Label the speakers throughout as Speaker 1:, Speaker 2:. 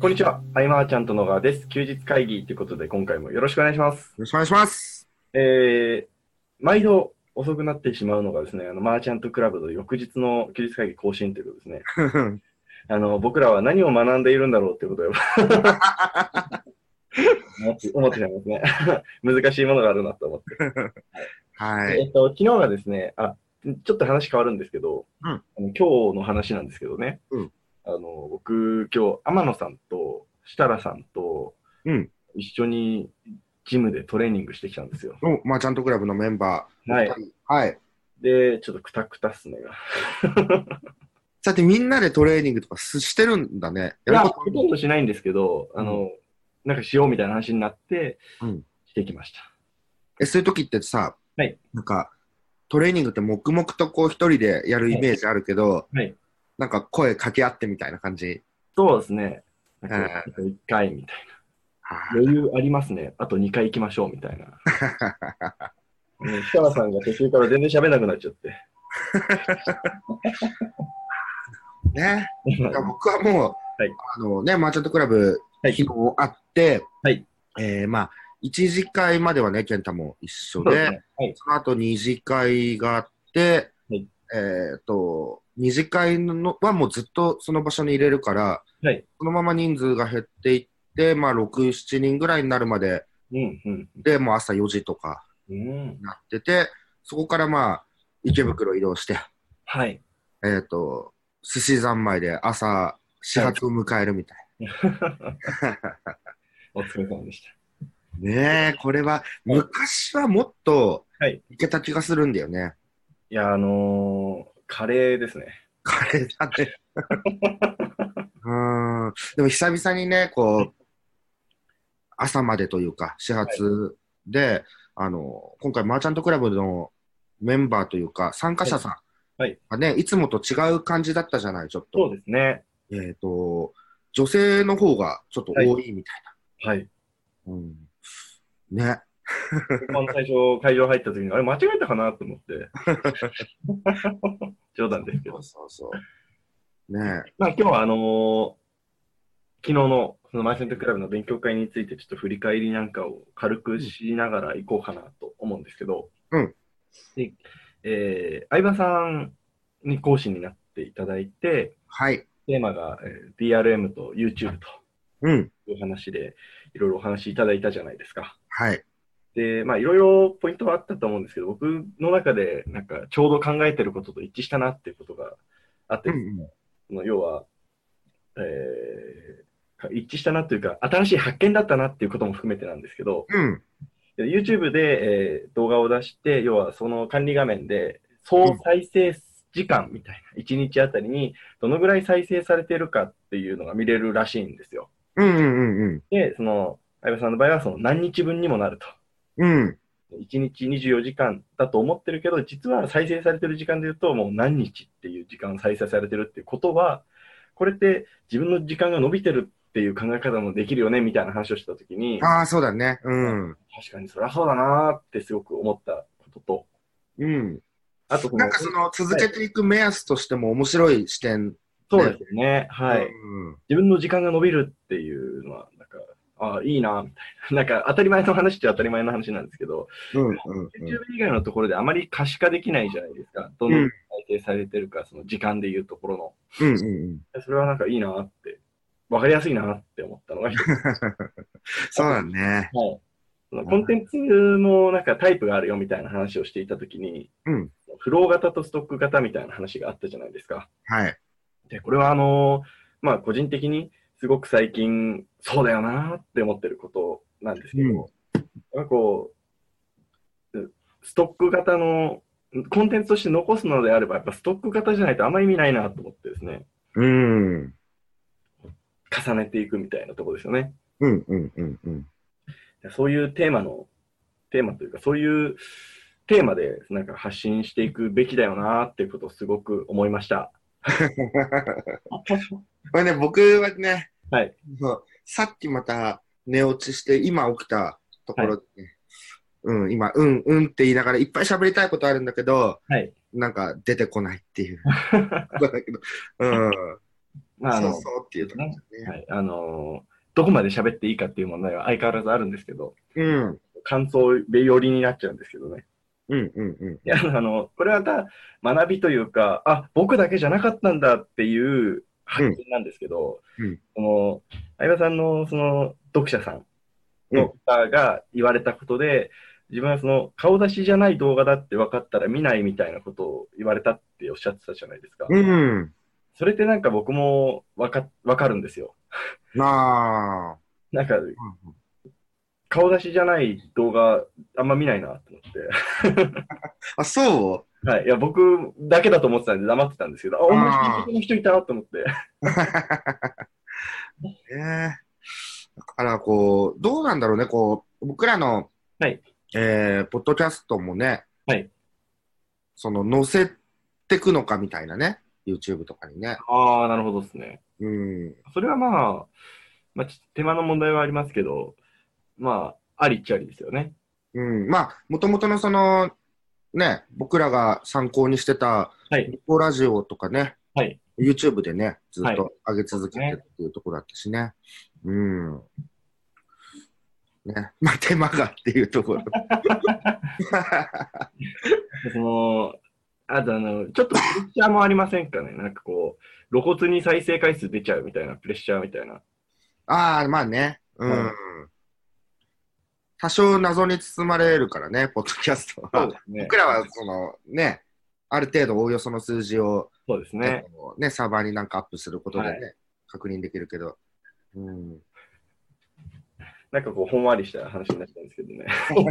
Speaker 1: こんにちは。アイマーちゃんと野川です。休日会議ということで、今回もよろしくお願いします。
Speaker 2: ろしくお願いします。
Speaker 1: 毎度遅くなってしまうのがですね、マーチャントクラブの翌日の休日会議更新ということですね。僕らは何を学んでいるんだろうということを思ってしまいますね。難しいものがあるなと思って。
Speaker 2: はい。
Speaker 1: 昨日がですね、ちょっと話変わるんですけど、
Speaker 2: うん。
Speaker 1: 今日の話なんですけどね、
Speaker 2: うん。
Speaker 1: 僕、今日、天野さんと設楽さんと
Speaker 2: うん。
Speaker 1: 一緒にジムでトレーニングしてきたんですよ。
Speaker 2: マーチャントクラブのメンバー、お
Speaker 1: はい。
Speaker 2: 二人。はい。
Speaker 1: で、ちょっとクタクタっすね。
Speaker 2: さて、みんなでトレーニングとかしてるんだね。
Speaker 1: いや、
Speaker 2: やることあるの？
Speaker 1: ほとんどしないんですけど、
Speaker 2: うん。
Speaker 1: なんかしようみたいな話になって、
Speaker 2: うん。
Speaker 1: してきました。
Speaker 2: そういう時ってさ、
Speaker 1: はい。
Speaker 2: なんか、トレーニングって黙々とこう一人でやるイ
Speaker 1: はい。
Speaker 2: メージあるけど、
Speaker 1: はい。
Speaker 2: なんか声掛け合ってみたいな感じ。
Speaker 1: そうですね。なんか、あと
Speaker 2: は
Speaker 1: 1回みたいな。余
Speaker 2: あ。
Speaker 1: 裕ありますね。あと2回行きましょうみたいな。設楽さんが途中から全然喋れなくなっちゃって。
Speaker 2: ね。いや僕はもう、
Speaker 1: はい。
Speaker 2: マーチャントクラブ、
Speaker 1: はい。
Speaker 2: 昨日会って、
Speaker 1: はい。
Speaker 2: まあ、一次会まではね、健太も一緒で、
Speaker 1: そうですね。はい。
Speaker 2: その後二次会があって、
Speaker 1: はい。
Speaker 2: 二次会のはもうずっとその場所に入れるから、
Speaker 1: はい。
Speaker 2: そのまま人数が減っていって、まあ、6、7人ぐらいになるまで、
Speaker 1: うん、うん。
Speaker 2: で、もう朝4時とか
Speaker 1: うん。
Speaker 2: なってて、そこからまあ、池袋移動して、
Speaker 1: はい。
Speaker 2: 寿司三昧で朝、始
Speaker 1: はい。
Speaker 2: 発を迎えるみたい
Speaker 1: お疲れ様でした。
Speaker 2: な。ねえ、これは、
Speaker 1: はい。
Speaker 2: 昔はもっと
Speaker 1: はい。
Speaker 2: いけた気がするんだよね。
Speaker 1: いや、カレーですね。
Speaker 2: カレーだね。でも久々にね、こう、朝までというか、始
Speaker 1: はい。
Speaker 2: 発で、今回マーチャントクラブのメンバーというか、参加
Speaker 1: はい。
Speaker 2: 者さん
Speaker 1: はい。
Speaker 2: がね、いつもと違う感じだったじゃない、ちょっと。
Speaker 1: そうですね。
Speaker 2: えっと、女性の方がちょっと
Speaker 1: はい。
Speaker 2: 多いみたい
Speaker 1: はい。
Speaker 2: な。うん、ね。
Speaker 1: 僕も最初会場入った時に、あれ間違えたかなと思って、冗談ですけど。
Speaker 2: そうそうそう。ね。
Speaker 1: まあ今日は昨日のそのマイセントクラブの勉強会についてちょっと振り返りなんかを軽く
Speaker 2: うん。
Speaker 1: しながら行こうかなと思うんですけど、
Speaker 2: うん。
Speaker 1: で、相葉さんに講師になっていただいて、
Speaker 2: はい。
Speaker 1: テーマが、DRM と YouTube と
Speaker 2: うん。
Speaker 1: いう話で、いろいろお話いただいたじゃないですか。
Speaker 2: はい。
Speaker 1: で、まあいろいろポイントはあったと思うんですけど、僕の中でなんかちょうど考えてることと一致したなっていうことがあって
Speaker 2: うん。
Speaker 1: ですね、
Speaker 2: うん。
Speaker 1: 要は、一致したなというか、新しい発見だったなっていうことも含めてなんですけど、
Speaker 2: うん。
Speaker 1: YouTube で、動画を出して、要はその管理画面で、総
Speaker 2: うん。
Speaker 1: 再生時間みたいな、1日あたりにどのぐらい再生されているかっていうのが見れるらしいんですよ。
Speaker 2: うん。うん。うん。
Speaker 1: で、相葉さんの場合はその何日分にもなると。
Speaker 2: うん。
Speaker 1: 1日24時間だと思ってるけど、実は再生されてる時間で言うと、もう何日っていう時間再生されてるっていうことは、これって自分の時間が伸びてるっていう考え方もできるよねみたいな話をしたときに、
Speaker 2: ああ、そうだね。う
Speaker 1: あ、
Speaker 2: ん。
Speaker 1: 確かにそりゃそうだなーってすごく思ったことと、
Speaker 2: うん。
Speaker 1: あと
Speaker 2: なんかその続
Speaker 1: はい、
Speaker 2: けていく目安としても面白い視点だよね。
Speaker 1: そうですよね。
Speaker 2: う
Speaker 1: はい。
Speaker 2: ん。
Speaker 1: 自分の時間が伸びるっていうのは、なんか、いいな、みたいな。なんか、当たり前の話っちゃ当たり前の話なんですけど、
Speaker 2: うん。うん。うん。
Speaker 1: YouTube 以外のところであまり可視化できないじゃないですか。どのく
Speaker 2: うん。
Speaker 1: らい再生されてるか、その時間でいうところの。
Speaker 2: うん。うん。
Speaker 1: それはなんかいいなって、わかりやすいなって思ったのが一つ。あ
Speaker 2: そう
Speaker 1: と、
Speaker 2: だね。
Speaker 1: はい。そのコンテンツもなんかタイプがあるよみたいな話をしていたときに、
Speaker 2: うん。
Speaker 1: フロー型とストック型みたいな話があったじゃないですか。
Speaker 2: はい。
Speaker 1: で、これはまあ個人的にすごく最近そうだよなって思ってることなんですけ
Speaker 2: うん。
Speaker 1: ど、なんかこう、ストック型のコンテンツとして残すのであれば、やっぱストック型じゃないとあんまり意味ないなと思ってですね、
Speaker 2: うん。
Speaker 1: 重ねていくみたいなところですよね。
Speaker 2: うん。うん。うん。うん。
Speaker 1: そういうテーマというか、そういうテーマでなんか発信していくべきだよなっていうことをすごく思いました。
Speaker 2: これね、僕はね、
Speaker 1: はい。
Speaker 2: さっきまた寝落ちして、今起きたと
Speaker 1: はい。
Speaker 2: ころでね、うん、今、うん、うんって言いながらいっぱい喋りたいことあるんだけど、
Speaker 1: はい。
Speaker 2: なんか出てこないっていう。だけど、うん。
Speaker 1: まあ、
Speaker 2: そうそうっていうところ
Speaker 1: ね、
Speaker 2: ですね。
Speaker 1: はい、どこまで喋っていいかっていう問題は相変わらずあるんですけど、
Speaker 2: うん、
Speaker 1: 感想寄りになっちゃうんですけどね。
Speaker 2: うん、うん、うん、
Speaker 1: いや、これは学びというか、あ、僕だけじゃなかったんだっていう
Speaker 2: うん、
Speaker 1: 発見なんですけど、
Speaker 2: うん、
Speaker 1: その、相葉さんのその読者さん
Speaker 2: うん、
Speaker 1: の方が言われたことで、自分はその顔出しじゃない動画だって分かったら見ないみたいなことを言われたっておっしゃってたじゃないですか。
Speaker 2: うん、
Speaker 1: それってなんか僕もわかるんですよ。
Speaker 2: ああ、
Speaker 1: なんか
Speaker 2: うん、
Speaker 1: 顔出しじゃない動画あんま見ないなと思って。
Speaker 2: あ、そ
Speaker 1: はい。いや、僕だけだと思ってたんで黙ってたんですけど、あ、
Speaker 2: う
Speaker 1: 同じ感
Speaker 2: あ
Speaker 1: 覚の人いたと思って。
Speaker 2: あ。ねだからこう、どうなんだろうね、こう、僕らの、
Speaker 1: はい。
Speaker 2: ポッドキャストもね、
Speaker 1: はい。
Speaker 2: その載せてくのかみたいなね、YouTube とかにね。
Speaker 1: ああ、なるほどですね。
Speaker 2: うん、
Speaker 1: それは手間の問題はありますけど、ありっちゃありですよね。
Speaker 2: うん、まあ、もともとのその、ね、僕らが参考にしてた、
Speaker 1: はい。
Speaker 2: ニコラジオとかね、
Speaker 1: はい。
Speaker 2: YouTube でね、ずっ
Speaker 1: はい。
Speaker 2: と上げ続けてる
Speaker 1: ね。
Speaker 2: っていうところだったしね。うん。ね。まあ、手間がっていうところ。
Speaker 1: その、あとちょっとプレッシャーもありませんかね。なんかこう、露骨に再生回数出ちゃうみたいな、プレッシャーみたいな。
Speaker 2: ああ、まあね。うん。
Speaker 1: はい。
Speaker 2: 多少謎に包まれるからね、ポッドキャストは。
Speaker 1: そうですね。
Speaker 2: 僕らは、そのね、ある程度おおよその数字を、
Speaker 1: そうですね。
Speaker 2: ね、サーバーになんかアップすることで
Speaker 1: はい。
Speaker 2: ね、確認できるけど。うん。
Speaker 1: なんかこう、ほんわりした話になっちゃうんですけどね。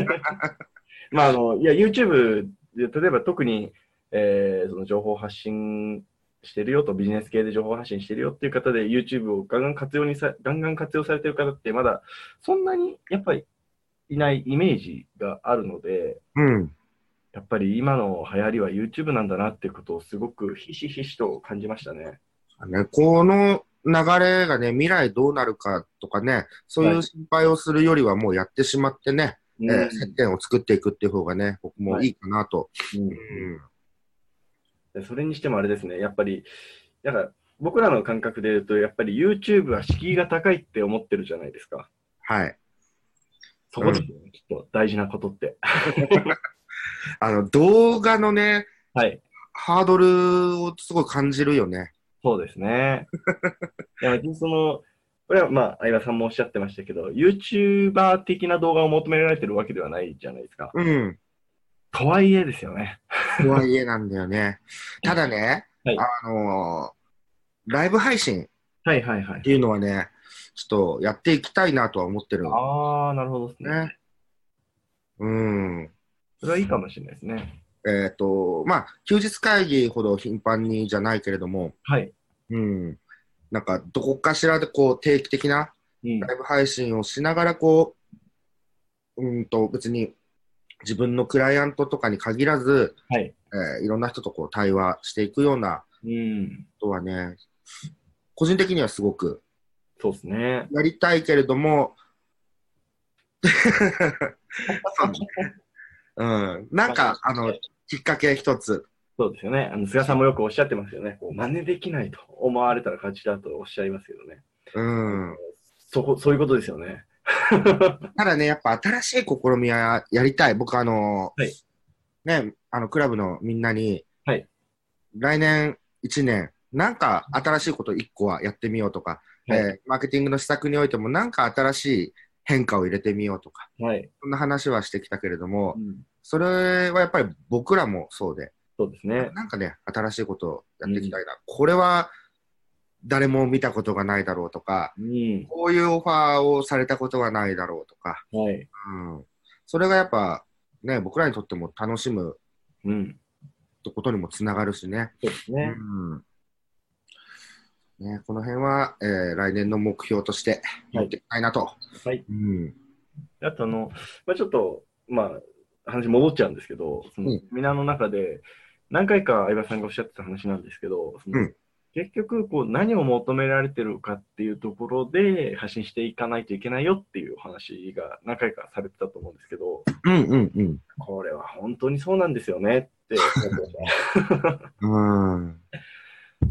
Speaker 1: いや、YouTube で、例えば特に、その情報発信してるよと、ビジネス系で情報発信してるよっていう方で、YouTube をガンガン活用されてる方って、まだそんなにやっぱりいないイメージがあるので、
Speaker 2: うん。
Speaker 1: やっぱり今の流行りは YouTube なんだなっていうことをすごくひしひしと感じましたね。
Speaker 2: ね、この流れがね、未来どうなるかとかね、そう
Speaker 1: はい。
Speaker 2: いう心配をするよりはもうやってしまってね、
Speaker 1: う
Speaker 2: 接
Speaker 1: ん。
Speaker 2: 点を作っていくっていう方がね、僕も
Speaker 1: はい。
Speaker 2: いいかなと。
Speaker 1: うん。
Speaker 2: うん。
Speaker 1: でそれにしてもあれですね、やっぱり、だから僕らの感覚で言うと、やっぱり YouTube は敷居が高いって思ってるじゃないですか。
Speaker 2: はい。
Speaker 1: そ
Speaker 2: うん。
Speaker 1: こですよね、きっと大事なことって。
Speaker 2: 動画のね、
Speaker 1: はい。
Speaker 2: ハードルをすごい感じるよね。
Speaker 1: そうですね。いや、別にこれは相葉さんもおっしゃってましたけど、YouTuber 的な動画を求められてるわけではないじゃないですか。
Speaker 2: うん。
Speaker 1: とはいえですよね。
Speaker 2: とはいえなんだよね。ただね、あ
Speaker 1: はい。
Speaker 2: のライブ配信っ
Speaker 1: はいはいはい
Speaker 2: ていう
Speaker 1: はい。
Speaker 2: のはね、ちょっとやっていきたいなとは思ってる
Speaker 1: ああ、なるほどですね。
Speaker 2: ね。うん。
Speaker 1: それはいいかもしれないですね。
Speaker 2: まあ、休日会議ほど頻繁にじゃないけれども、
Speaker 1: はい。
Speaker 2: うん。なんか、どこかしらでこう、定期的な
Speaker 1: うん。
Speaker 2: ライブ配信をしながら、こう、別に自分のクライアントとかに限らず、
Speaker 1: はい。
Speaker 2: いろんな人とこう対話していくような
Speaker 1: うん。
Speaker 2: ことはね、個人的にはすごく
Speaker 1: そうですね。
Speaker 2: やりたいけれども、そうね。うん。なんか、きっかけ一つ。
Speaker 1: そうですよね。菅さんもよくおっしゃってますよね。こう真似できないと思われたら勝ちだとおっしゃいますけどね。
Speaker 2: うん。
Speaker 1: そういうことですよね。
Speaker 2: ただね、やっぱ新しい試みはやりたい。僕、
Speaker 1: はい。
Speaker 2: ね、クラブのみんなに、
Speaker 1: はい。
Speaker 2: 来年1年、なんか新しいこと1個はやってみようとか、
Speaker 1: はい。
Speaker 2: マーケティングの施策においても、なんか新しい変化を入れてみようとか、
Speaker 1: はい。
Speaker 2: そんな話はしてきたけれども、
Speaker 1: うん。
Speaker 2: それはやっぱり僕らもそうで、
Speaker 1: そうですね。
Speaker 2: なんかね、新しいことをや
Speaker 1: うん。
Speaker 2: っていきたいな。これは誰も見たことがないだろうとか、
Speaker 1: うん。
Speaker 2: こういうオファーをされたことがないだろうとか、
Speaker 1: はい。
Speaker 2: うん、それがやっぱね、僕らにとっても楽しむ
Speaker 1: うん。
Speaker 2: ことにもつながるしね。
Speaker 1: そうですね。
Speaker 2: うんね、この辺は、来年の目標として
Speaker 1: はい。
Speaker 2: 持っていきたいなと。
Speaker 1: はい。
Speaker 2: うん。
Speaker 1: あとちょっと、話戻っちゃうんですけど、その、
Speaker 2: うん。
Speaker 1: セミナーの中で、何回か相葉さんがおっしゃってた話なんですけど、
Speaker 2: うん。
Speaker 1: 結局、こう、何を求められてるかっていうところで発信していかないといけないよっていうお話が何回かされてたと思うんですけど、
Speaker 2: うん。うん。うん。
Speaker 1: これは本当にそうなんですよねって思ってました。
Speaker 2: うん。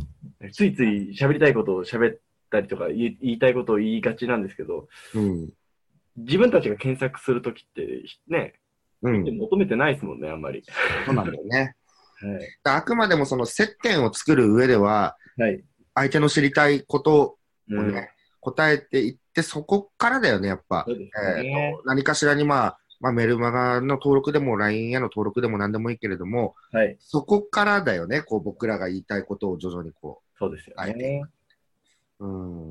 Speaker 1: ついつい喋りたいことを喋ったりとか言いたいことを言いがちなんですけど、
Speaker 2: うん。
Speaker 1: 自分たちが検索するときってね、見て
Speaker 2: うん。
Speaker 1: 求めてないですもんね、あんまり。
Speaker 2: そうなんだよね。
Speaker 1: はい。
Speaker 2: あくまでもその接点を作る上では、
Speaker 1: はい。
Speaker 2: 相手の知りたいこと
Speaker 1: うん。
Speaker 2: をね、答えていって、そこからだよね、やっぱ。
Speaker 1: そうですね。
Speaker 2: 何かしらにメルマガの登録でも LINE への登録でも何でもいいけれども、
Speaker 1: はい。
Speaker 2: そこからだよね、こう僕らが言いたいことを徐々にこ
Speaker 1: そうですよ
Speaker 2: う、伝えていく。
Speaker 1: ね。
Speaker 2: うん。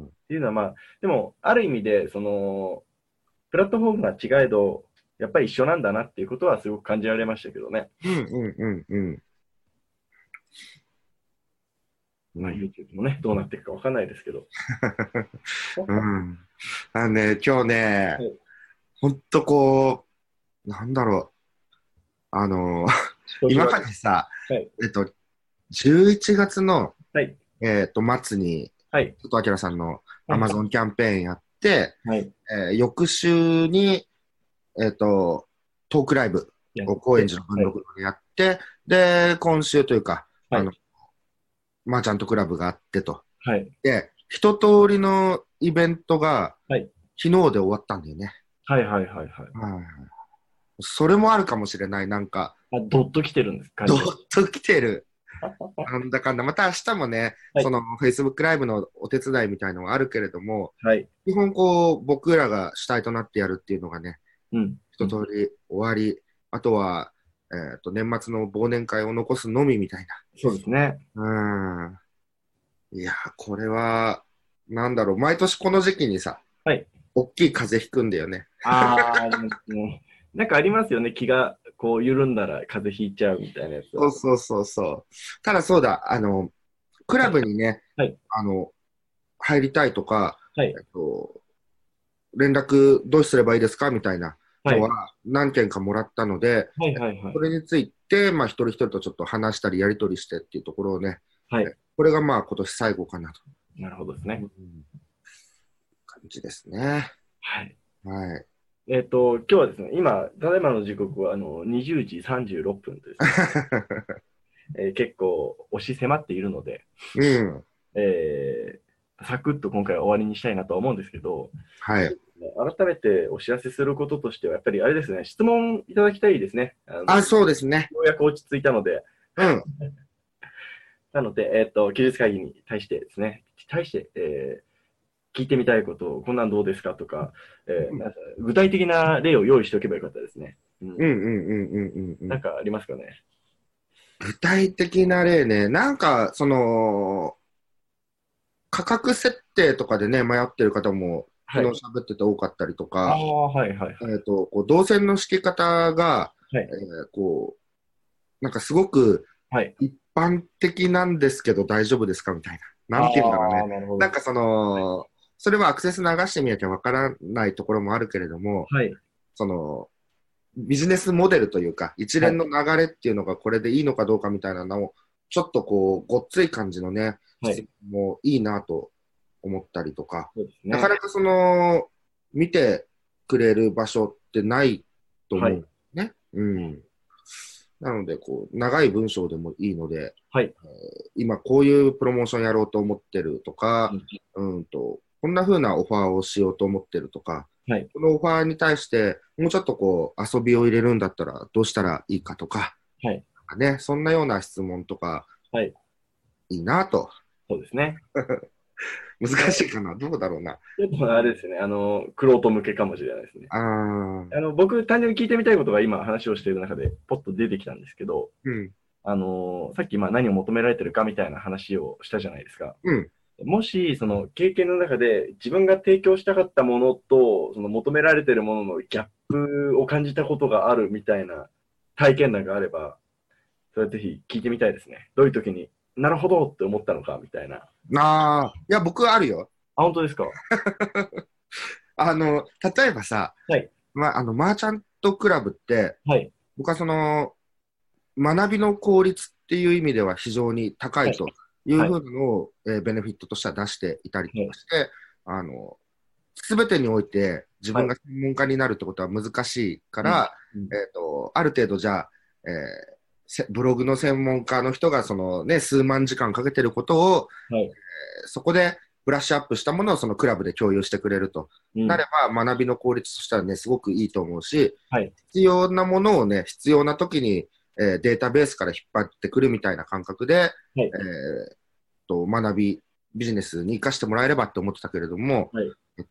Speaker 1: っていうのはでも、ある意味で、プラットフォームが違えど、やっぱり一緒なんだなっていうことはすごく感じられましたけどね。
Speaker 2: うんうんうんうんう
Speaker 1: まあ、
Speaker 2: ん。
Speaker 1: YouTube もね、どうなっていくかわかんないですけど。
Speaker 2: うん。今日ね、
Speaker 1: はい。
Speaker 2: ほんとこう、なんだろう、今
Speaker 1: 調子悪い。
Speaker 2: までさ、
Speaker 1: はい。
Speaker 2: えっと、11月の、
Speaker 1: はい。
Speaker 2: 末に、
Speaker 1: はい。
Speaker 2: 佐藤明さんの
Speaker 1: はい。
Speaker 2: Amazon キャンペーンやって、
Speaker 1: はい。
Speaker 2: 翌週に、トークライブ
Speaker 1: やっ
Speaker 2: を高円
Speaker 1: て、
Speaker 2: 寺の文
Speaker 1: はい。
Speaker 2: 禄でやって、で、今週というか、
Speaker 1: はい。
Speaker 2: マーチャントクラブがあってと。
Speaker 1: はい。
Speaker 2: で、一通りのイベントが
Speaker 1: はい。
Speaker 2: 昨日で終わったんだよね。
Speaker 1: はい。はい。はい。はい。
Speaker 2: はい。それもあるかもしれない。なんか、
Speaker 1: ドッと来てるんです、感
Speaker 2: どっ
Speaker 1: じが。
Speaker 2: と来てる。なんだかんだ。また明日もね、
Speaker 1: はい。
Speaker 2: Facebook ライブのお手伝いみたいのがあるけれども、
Speaker 1: はい。
Speaker 2: 基本こう、僕らが主体となってやるっていうのがね、
Speaker 1: うん。うん。
Speaker 2: 一通り終わり、あとは、年末の忘年会を残すのみみたい
Speaker 1: そうですね。
Speaker 2: な。いやー、これは、なんだろう、毎年この時期にさ、
Speaker 1: はい。
Speaker 2: 大きい風邪ひくんだよね。
Speaker 1: あー、でもね、なんかありますよね。気がこう緩んだら風邪ひいちゃうみたいなやつは。
Speaker 2: そうそうそうそう。ただそうだ、クラブにね、
Speaker 1: はい。
Speaker 2: あの、入りたいとか、
Speaker 1: はい。
Speaker 2: 連絡どうすればいいですかみたいなのは
Speaker 1: はい。
Speaker 2: 何件かもらったので、
Speaker 1: はい。はい。はい。
Speaker 2: それについて、一人一人とちょっと話したりやり取りしてっていうところをね、
Speaker 1: はい。
Speaker 2: これが今年最後かなと。
Speaker 1: なるほどです
Speaker 2: うん、
Speaker 1: ね。
Speaker 2: 感じですね。
Speaker 1: はい。
Speaker 2: はい。
Speaker 1: 今日はですね、ただいまの時刻は20時36分ですね、結構押し迫っているので、
Speaker 2: うん。
Speaker 1: サクッと今回は終わりにしたいなとは思うんですけど、
Speaker 2: はい。
Speaker 1: 改めてお知らせすることとしては、やっぱりあれですね、質問いただきたいですね。
Speaker 2: あ、そうですね。
Speaker 1: ようやく落ち着いたので、
Speaker 2: うん。
Speaker 1: なので、技術会議に対してですね、聞いてみたいことを、こんなんどうですかとか、なんか具体的な例を用意しておけばよかったですね。うん。
Speaker 2: うんうんうんうんうんうん。
Speaker 1: なんかありますかね。
Speaker 2: 具体的な例ね、なんか、価格設定とかでね、迷ってる方も
Speaker 1: はい。
Speaker 2: 昨日喋ってて多かったりとか、
Speaker 1: ああ、はいはいはい。
Speaker 2: こう動線の敷き方が、
Speaker 1: はい。
Speaker 2: こう、なんかすごく
Speaker 1: はい。
Speaker 2: 一般的なんですけど大丈夫ですかみたいな。なんて言うんだろうね。
Speaker 1: ああ、なるほど。
Speaker 2: なんかそれはアクセス流してみなきゃわからないところもあるけれども、
Speaker 1: はい。
Speaker 2: その、ビジネスモデルというか、一
Speaker 1: はい。
Speaker 2: 連の流れっていうのがこれでいいのかどうかみたいなのを、ちょっとこう、ごっつい感じのね、質
Speaker 1: はい。
Speaker 2: 問もいいなと思ったりとか、
Speaker 1: そうですね。
Speaker 2: なかなか見てくれる場所ってないと思う
Speaker 1: はい。
Speaker 2: ね。うん。なので、こう、長い文章でもいいので、
Speaker 1: はい。
Speaker 2: 今こういうプロモーションやろうと思ってるとか、
Speaker 1: うん。
Speaker 2: こんな風なオファーをしようと思ってるとか、
Speaker 1: はい。
Speaker 2: このオファーに対して、もうちょっとこう、遊びを入れるんだったらどうしたらいいかとか、
Speaker 1: はい。
Speaker 2: ね、そんなような質問とか、
Speaker 1: はい。
Speaker 2: いいなと。
Speaker 1: そうですね。
Speaker 2: 難しいかなどうだろうな。
Speaker 1: ちょっとあれですね。クロート向けかもしれないですね。
Speaker 2: あー、
Speaker 1: 僕、単純に聞いてみたいことが今話をしている中で、ポッと出てきたんですけど、
Speaker 2: うん、
Speaker 1: さっき何を求められてるかみたいな話をしたじゃないですか。
Speaker 2: うん、
Speaker 1: もし、その経験の中で自分が提供したかったものと、その求められているもののギャップを感じたことがあるみたいな体験談があれば、それぜひ聞いてみたいですね。どういう時に、なるほどって思ったのかみたいな。
Speaker 2: いや、僕はあるよ。
Speaker 1: あ、本当ですか？
Speaker 2: 例えばさ、
Speaker 1: はい。
Speaker 2: マーチャントクラブって、
Speaker 1: はい。
Speaker 2: 僕は学びの効率っていう意味では非常に高
Speaker 1: はい。
Speaker 2: いという
Speaker 1: はい。
Speaker 2: ふうなのを、ベネフィットとしては出していたり
Speaker 1: はい。
Speaker 2: とかして、あの、すべてにおいて自
Speaker 1: はい。
Speaker 2: 分が専門家になるってことは難しいか
Speaker 1: うん。
Speaker 2: ら、
Speaker 1: うん。
Speaker 2: ある程度じゃあ、えーブログの専門家の人がそのね、数万時間かけてることを、
Speaker 1: はい。
Speaker 2: そこでブラッシュアップしたものをそのクラブで共有してくれると、なれば学びの効率としてはね、すごくいいと思うし、
Speaker 1: はい。
Speaker 2: 必要なものをね、必要な時に、データベースから引っ張ってくるみたいな感覚で、
Speaker 1: はい。
Speaker 2: 学び、ビジネスに生かしてもらえればって思ってたけれども、
Speaker 1: はい。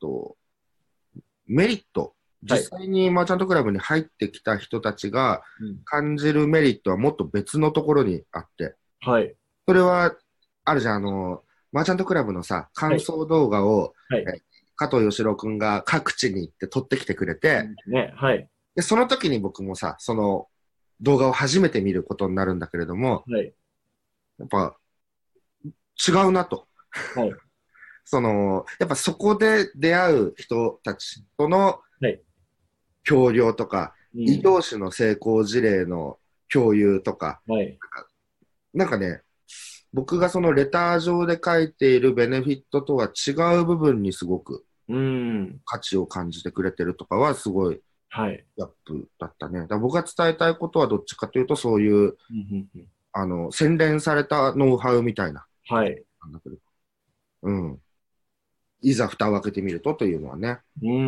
Speaker 2: メリット、実際にマーチャントクラブに入ってきた人たちが感じるメリットはもっと別のところにあって、
Speaker 1: はい。
Speaker 2: それは、あるじゃん、マーチャントクラブのさ、感想動画を、
Speaker 1: はい。
Speaker 2: 加藤義郎くんが各地に行って撮ってきてくれて、
Speaker 1: ね。はい。
Speaker 2: で、その時に僕もさ、その動画を初めて見ることになるんだけれども、
Speaker 1: はい。
Speaker 2: やっぱ違うなと。
Speaker 1: はい。
Speaker 2: やっぱそこで出会う人たちとの
Speaker 1: はい。
Speaker 2: 協業とか、異業種の成功事例の共有とか、
Speaker 1: はい。
Speaker 2: なんかね、僕がそのレター上で書いているベネフィットとは違う部分にすごく価値を感じてくれてるとかはすごいギャップだったね。だから僕が伝えたいことはどっちかというとそういう、洗練されたノウハウみたいな。
Speaker 1: はい。
Speaker 2: なんだけど。うん。いざ蓋を開けてみるとというのはね。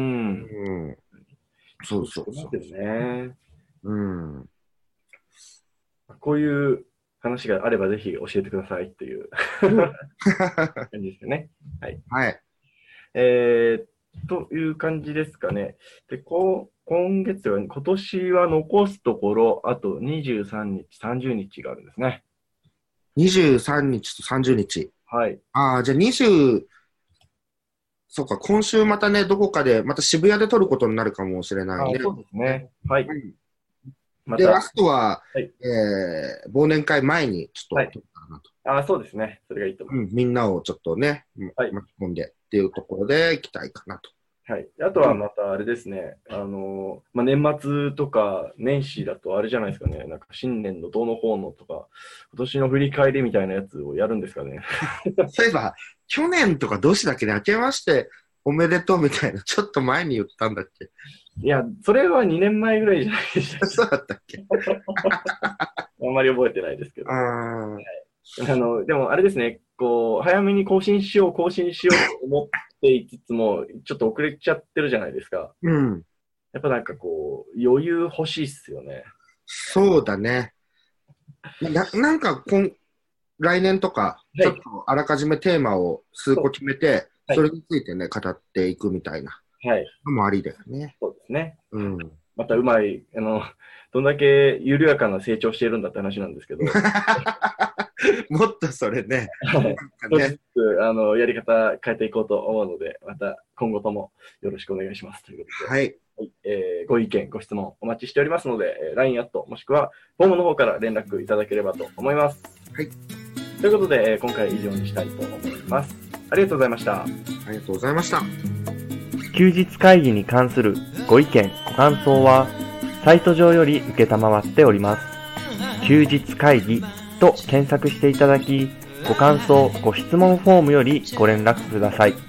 Speaker 2: そうそうそう。
Speaker 1: ですね。こういう話があればぜひ教えてくださいっていう感じですよね。はい。
Speaker 2: はい。
Speaker 1: という感じですかね。で、今月は、今年は残すところ、あと23日、30日があるんですね。
Speaker 2: 23日と30日。
Speaker 1: はい。
Speaker 2: ああ、じゃあそうか、今週またね、どこかで、また渋谷で撮ることになるかもしれないね。
Speaker 1: そうですね。はい。
Speaker 2: で、ラストは、忘年会前にちょっと撮ったかなと。
Speaker 1: そうですね。それがいいと思います。
Speaker 2: みんなをちょっとね、巻き込んでっていうところで行きたいかなと。
Speaker 1: はい。あとはまたあれですね、年末とか年始だとあれじゃないですかね、なんか新年のどうのこうのとか、今年の振り返りみたいなやつをやるんですかね。
Speaker 2: そういえば、去年とか年だけで明けましておめでとうみたいな、ちょっと前に言ったんだっけ。
Speaker 1: いや、それは2年前ぐらいじゃないでした。
Speaker 2: そうだったっけ。
Speaker 1: あんまり覚えてないですけど。でもあれですね、早めに更新しようと思っていつつも、ちょっと遅れちゃってるじゃないですか。やっぱなんか余裕欲しいっすよね。
Speaker 2: そうだね。なんか来年とか、ちょっとあらかじめテーマを数個決めて、それについてね、語っていくみたいなのもありだよね。
Speaker 1: そうですね。またどんだけ緩やかな成長しているんだって話なんですけど。
Speaker 2: もっとそれね。
Speaker 1: 少しずつやり方変えていこうと思うので、また今後ともよろしくお願いしますということで。
Speaker 2: はい。
Speaker 1: ご意見、ご質問お待ちしておりますので、LINE アットもしくはフォームの方から連絡いただければと思います。
Speaker 2: はい。
Speaker 1: ということで、今回は以上にしたいと思います。ありがとうございました。
Speaker 2: ありがとうございました。
Speaker 1: 休日会議に関するご意見、ご感想は、サイト上より受けたまわっております。休日会議と検索していただき、ご感想、ご質問フォームよりご連絡ください。